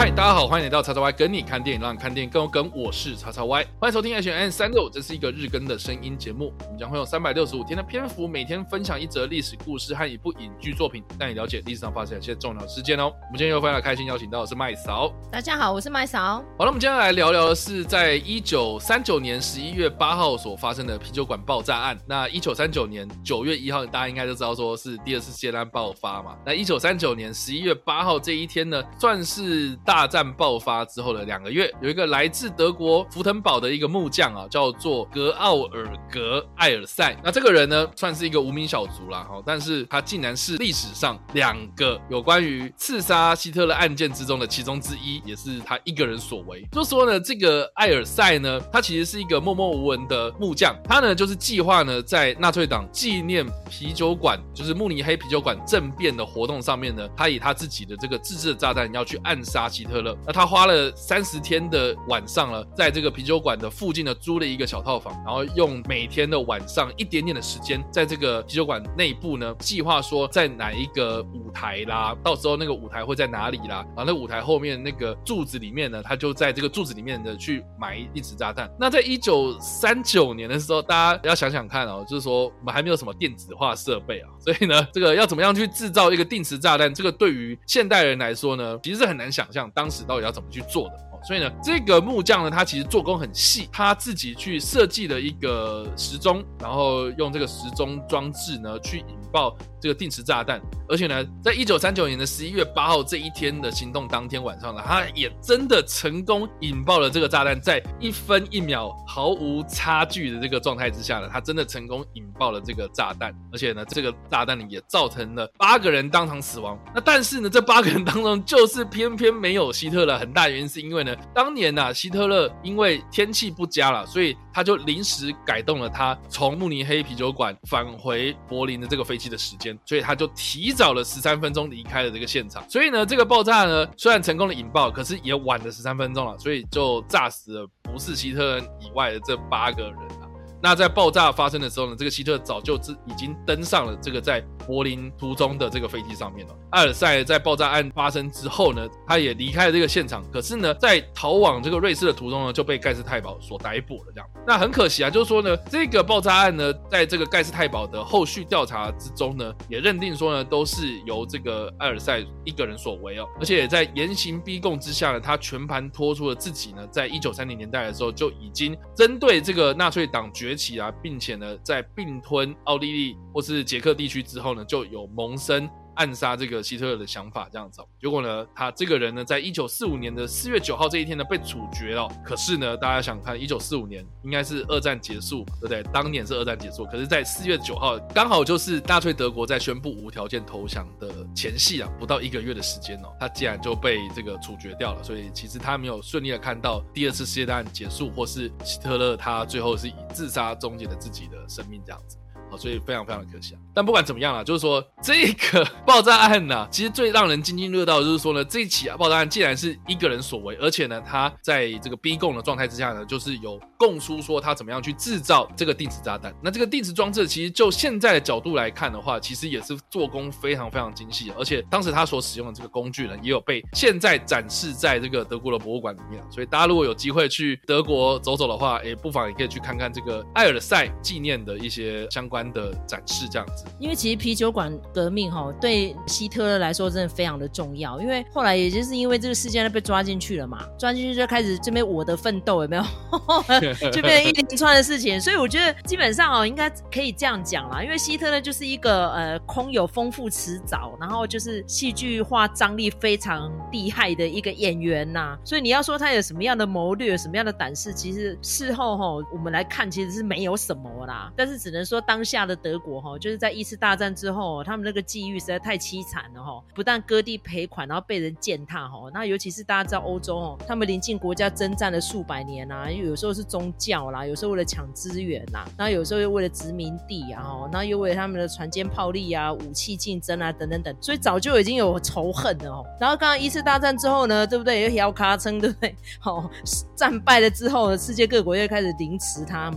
嗨，大家好，欢迎来到叉叉 Y 跟你看电影，让你看电影更有梗。我是叉叉 Y， 欢迎收听 H&N36， 这是一个日更的声音节目。我们将会用365天的篇幅，每天分享一则历史故事和一部影剧作品，带你了解历史上发生的一些重要事件哦。我们今天又非常开心邀请到的是麦嫂。 大家好，我是麦嫂。 好了，我们今天来聊聊的是在1939年11月8号所发生的啤酒馆爆炸案。那1939年9月1号，大家应该都知道说是第二次世界大战爆发嘛。那1939年11月8号这一天呢，算是大战爆发之后的2个月，有一个来自德国福腾堡的一个木匠啊，叫做格奥尔格·艾尔塞。那这个人呢，算是一个无名小卒啦，但是他竟然是历史上2个有关于刺杀希特勒案件之中的其中之一，也是他一个人所为。就说呢，这个艾尔塞呢，他其实是一个默默无闻的木匠，他呢就是计划呢在纳粹党纪念啤酒馆，就是慕尼黑啤酒馆政变的活动上面呢，他以他自己的这个自制的炸弹要去暗杀希特勒。那他花了30天的晚上呢，在这个啤酒馆的附近呢租了一个小套房，然后用每天的晚上一点点的时间，在这个啤酒馆内部呢计划说在哪一个舞台啦，到时候那个舞台会在哪里啦，然后那个舞台后面那个柱子里面呢，他就在这个柱子里面呢去埋一支炸弹。那在1939年的时候，大家要想想看哦，就是说我们还没有什么电子化设备啊，所以呢，这个要怎么样去制造一个定时炸弹，这个对于现代人来说呢，其实是很难想象当时到底要怎么去做的。所以呢，这个木匠呢，他其实做工很细，他自己去设计了一个时钟，然后用这个时钟装置呢去引爆这个定时炸弹。而且呢，在1939年的11月8号这一天的行动当天晚上呢，他也真的成功引爆了这个炸弹，在1分1秒毫无差距的这个状态之下呢，他真的成功引爆了这个炸弹。而且呢，这个炸弹呢也造成了8个人当场死亡。那但是呢，这8个人当中就是偏偏没有希特勒，很大原因是因为呢，当年啊，希特勒因为天气不佳了，所以他就临时改动了他从慕尼黑啤酒馆返回柏林的这个飞机的时间，所以他就提早了13分钟离开了这个现场。所以呢，这个爆炸呢虽然成功的引爆，可是也晚了13分钟了，所以就炸死了不是希特勒以外的这8个人啊。那在爆炸发生的时候呢，这个希特勒早就已经登上了这个在柏林途中的这个飞机上面了。艾尔塞在爆炸案发生之后呢，他也离开了这个现场，可是呢，在逃往这个瑞士的途中呢，就被盖世太保所逮捕了。这样，那很可惜啊，就是说呢，这个爆炸案呢，在这个盖世太保的后续调查之中呢，也认定说呢，都是由这个艾尔塞一个人所为哦，而且在严刑逼供之下呢，他全盘托出了自己呢，在1930年代的时候就已经针对这个纳粹党崛起啊，并且呢，在并吞奥地利或是捷克地区之后呢，就有萌生暗杀这个希特勒的想法这样子。结果呢，他这个人呢，在1945年的4月9号这一天呢被处决了。可是呢，大家想看1945年应该是二战结束，对不对？当年是二战结束，可是在4月9号刚好就是纳粹德国在宣布无条件投降的前夕啊，不到1个月的时间哦，他竟然就被这个处决掉了。所以其实他没有顺利的看到第2次世界大战结束，或是希特勒他最后是以自杀终结了自己的生命这样子。所以非常非常的可惜啊。但不管怎么样啦，就是说这个爆炸案呢，其实最让人津津乐道的就是说呢，这一起爆炸案竟然是一个人所为，而且呢，他在这个逼供的状态之下呢，就是有供出说他怎么样去制造这个定时炸弹。那这个定时装置其实就现在的角度来看的话，其实也是做工非常非常精细的，而且当时他所使用的这个工具呢，也有被现在展示在这个德国的博物馆里面。所以大家如果有机会去德国走走的话，不妨也可以去看看这个艾尔塞纪念的一些相关的展示这样子。 因为其实啤酒馆革命对希特勒来说真的非常的重要，因为后来也就是因为这个事件被抓进去了嘛，抓进去就开始这边我的奋斗有没有就变成一连串的事情。所以我觉得基本上应该可以这样讲啦，因为希特勒就是一个空有丰富辞藻，然后就是戏剧化张力非常厉害的一个演员呐。所以你要说他有什么样的谋略，什么样的胆识，其实事后我们来看其实是没有什么啦，但是只能说当下的德国就是在1次大战之后，他们那个际遇实在太凄惨了，不但割地赔款，然后被人践踏，那尤其是大家知道欧洲他们邻近国家征战了数百年啊，有时候是宗教啦，有时候为了抢资源啦，然后有时候又为了殖民地啊，然后又为了他们的船坚炮利啊、武器竞争啊等等等，所以早就已经有仇恨了。然后刚刚1次大战之后呢，对不对？又摇卡称，对不对？战败了之后，世界各国又开始凌迟他们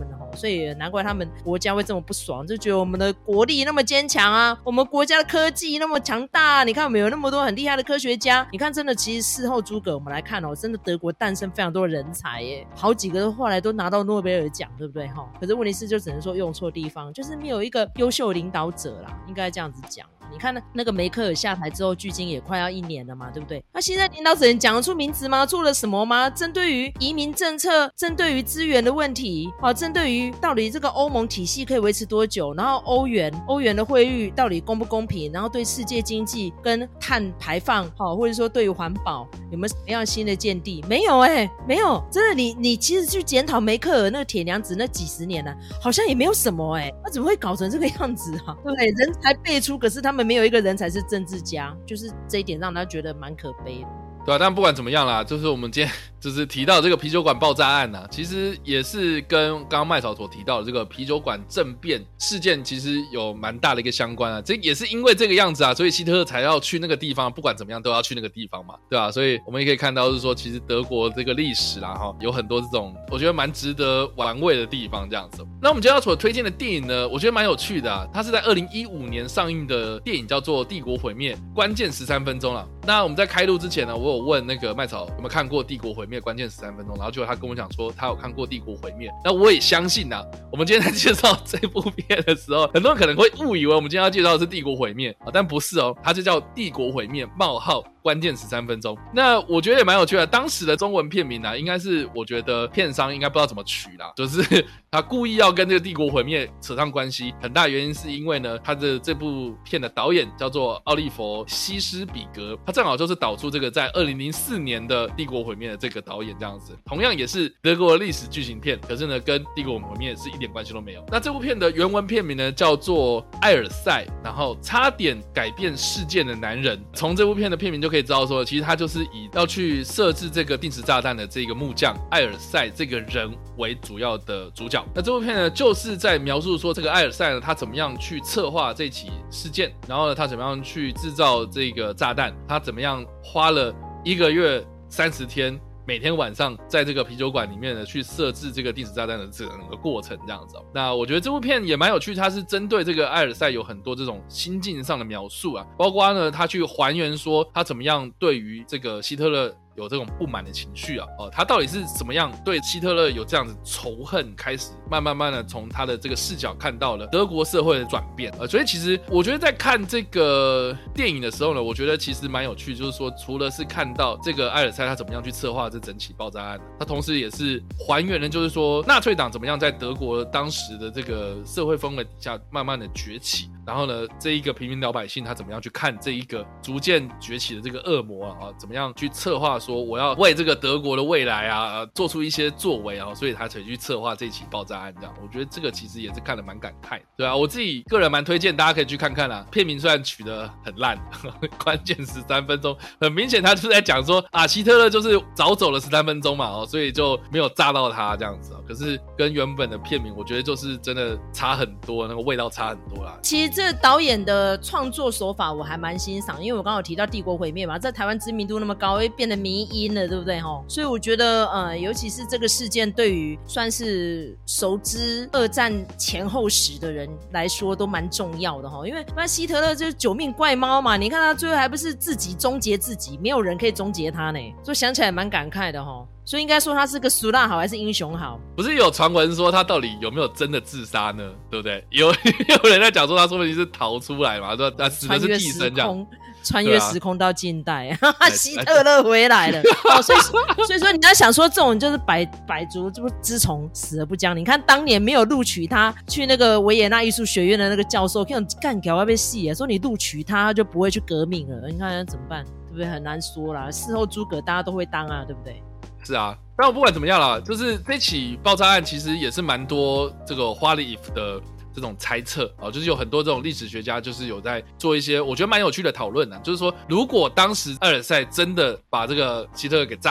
生的所以难怪他们国家会这么不爽，就觉得我们的国力那么坚强啊，我们国家的科技那么强大啊，你看我们有那么多很厉害的科学家，你看真的其实事后诸葛我们来看真的德国诞生非常多的人才耶，好几个后来都拿到诺贝尔奖，对不对？可是问题是就只能说用错地方，就是没有一个优秀领导者啦，应该这样子讲。你看那个梅克尔下台之后距今也快要1年了嘛，对不对？那现在领导者讲得出名字吗？做了什么吗？针对于移民政策，针对于资源的问题，针对于到底这个欧盟体系可以维持多久，然后欧元的汇率到底公不公平，然后对世界经济跟碳排放或者说对于环保有没有什么样新的见地？没有没有，真的你其实去检讨梅克尔那个铁娘子那几十年好像也没有什么他怎么会搞成这个样子啊？对不对？人才辈出，可是他们没有一个人才是政治家，就是这一点让他觉得蛮可悲的。 对啊，但不管怎么样啦，就是我们今天就是提到这个啤酒馆爆炸案其实也是跟刚刚麦嫂所提到的这个啤酒馆政变事件其实有蛮大的一个相关这也是因为这个样子所以希特勒才要去那个地方，不管怎么样都要去那个地方嘛，对吧？所以我们也可以看到是说，其实德国这个历史啦有很多这种我觉得蛮值得玩味的地方这样子。那我们今天要所推荐的电影呢，我觉得蛮有趣的它是在2015年上映的电影，叫做《帝国毁灭》，关键13分钟啦。那我们在开录之前呢，我有问那个麦草有没有看过《帝国毁灭》关键13分钟，然后结果他跟我讲说他有看过《帝国毁灭》，那我也相信我们今天在介绍这部片的时候，很多人可能会误以为我们今天要介绍的是《帝国毁灭》但不是它就叫《帝国毁灭：关键13分钟》。那我觉得也蛮有趣的，当时的中文片名应该是我觉得片商应该不知道怎么取啦，就是他故意要跟这个《帝国毁灭》扯上关系，很大原因是因为呢，他的这部片的导演叫做奥利弗·希斯比格，他正好就是导出这个在2004年的《帝国毁灭》的这个导演这样子，同样也是德国的历史剧情片，可是呢跟《帝国毁灭》是一点关系都没有。那这部片的原文片名呢叫做《艾尔赛》，然后差点改变世界的男人。从这部片的片名就可以知道说，其实他就是以要去设置这个定时炸弹的这个木匠艾尔赛这个人为主要的主角。那这部片呢就是在描述说，这个艾尔赛呢他怎么样去策划这起事件，然后呢他怎么样去制造这个炸弹，他怎么样花了1个月30天每天晚上在这个啤酒馆里面呢去设置这个定时炸弹的整个过程这样子那我觉得这部片也蛮有趣，它是针对这个艾尔赛有很多这种心境上的描述包括呢他去还原说他怎么样对于这个希特勒有这种不满的情绪他到底是怎么样对希特勒有这样子仇恨，开始慢慢的从他的这个视角看到了德国社会的转变所以其实我觉得在看这个电影的时候呢，我觉得其实蛮有趣，就是说除了是看到这个艾尔赛他怎么样去策划这整起爆炸案，他同时也是还原了就是说纳粹党怎么样在德国当时的这个社会氛围底下慢慢的崛起，然后呢这一个平民老百姓他怎么样去看这一个逐渐崛起的这个恶魔怎么样去策划说我要为这个德国的未来做出一些作为所以他才去策划这起爆炸案这样。我觉得这个其实也是看得蛮感慨的，对我自己个人蛮推荐大家可以去看看片名虽然取得很烂关键13分钟，很明显他就是在讲说希特勒就是早走了13分钟嘛所以就没有炸到他这样子可是跟原本的片名我觉得就是真的差很多，那个味道差很多啦。 其实这导演的创作手法我还蛮欣赏，因为我刚刚有提到帝国毁灭嘛，在台湾知名度那么高会变得迷因了，对不对所以我觉得尤其是这个事件对于算是熟知二战前后史的人来说都蛮重要的因为希特勒就是9命怪猫嘛，你看他最后还不是自己终结自己，没有人可以终结他呢，所以想起来蛮感慨的所以应该说他是个俗辣好还是英雄好？ 不是有传闻说他到底有没有真的自杀呢？对不对？有人在讲说他说不定是逃出来嘛，说他死的是替身这样。 穿越时空到近代希特勒回来了所以说你要想说这种就是百足之虫，死而不僵。你看当年没有录取他去那个维也纳艺术学院的那个教授看干掉要被戏说你录取他就不会去革命了，你看怎么办？对不对？很难说啦，事后诸葛大家都会当对不对？ 是但我不管怎么样啦，就是这起爆炸案其实也是蛮多这个花里 if 的这种猜测就是有很多这种历史学家就是有在做一些我觉得蛮有趣的讨论就是说如果当时艾尔赛真的把这个希特勒给炸死，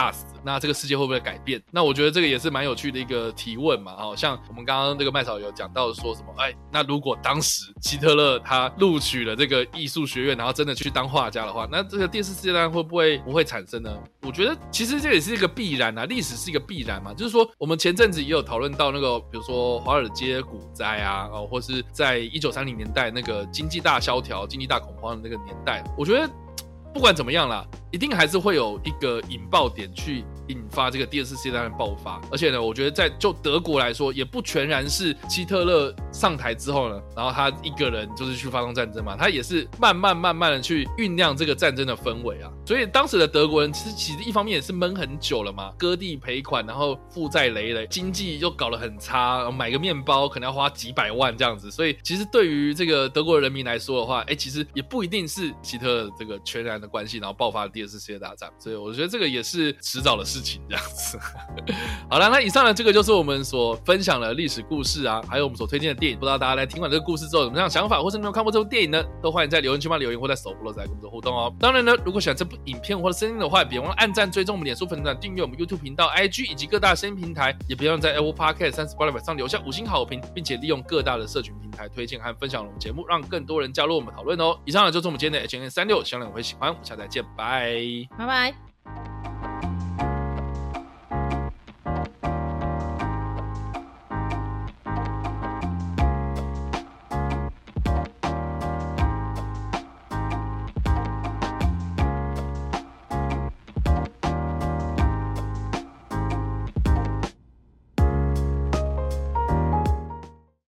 那这个世界会不会改变？那我觉得这个也是蛮有趣的一个提问嘛。像我们刚刚这个麦草有讲到说什么，那如果当时希特勒他录取了这个艺术学院，然后真的去当画家的话，那这个第二次世界大战会不会产生呢？我觉得其实这也是一个必然啊，历史是一个必然嘛。就是说我们前阵子也有讨论到那个比如说华尔街股灾啊，或是在1930年代那个经济大萧条、经济大恐慌的那个年代，我觉得不管怎么样啦，一定还是会有一个引爆点去引发这个第二次世界大战爆发。而且呢，我觉得就德国来说，也不全然是希特勒上台之后呢，然后他一个人就是去发动战争嘛，他也是慢慢的去酝酿这个战争的氛围啊。所以当时的德国人其实一方面也是闷很久了嘛，割地赔款，然后负债累累，经济又搞得很差，买个面包可能要花几百万这样子。所以其实对于这个德国人民来说的话，其实也不一定是希特勒这个全然的关系，然后爆发了第二次世界大战。所以我觉得这个也是迟早的事情这样子。好了，那以上呢，这个就是我们所分享的历史故事啊，还有我们所推荐的电影。不知道大家在听完这个故事之后有什么样的想法，或是你有看过这部电影呢？都欢迎在留言区帮留言，或在首部落来跟我们做互动哦。当然呢，如果喜欢这部影片或者声音的话，别忘了按赞、追踪我们脸书粉丝团、订阅我们 YouTube 频道、IG 以及各大声音平台，也别忘了在 Apple Podcast 38上留下5星好评，并且利用各大的社群平台推荐和分享我们节目，让更多人加入我们讨论哦。以上呢就是我们今天的 HN36，希望你们会喜欢，我们下次再见，拜拜拜。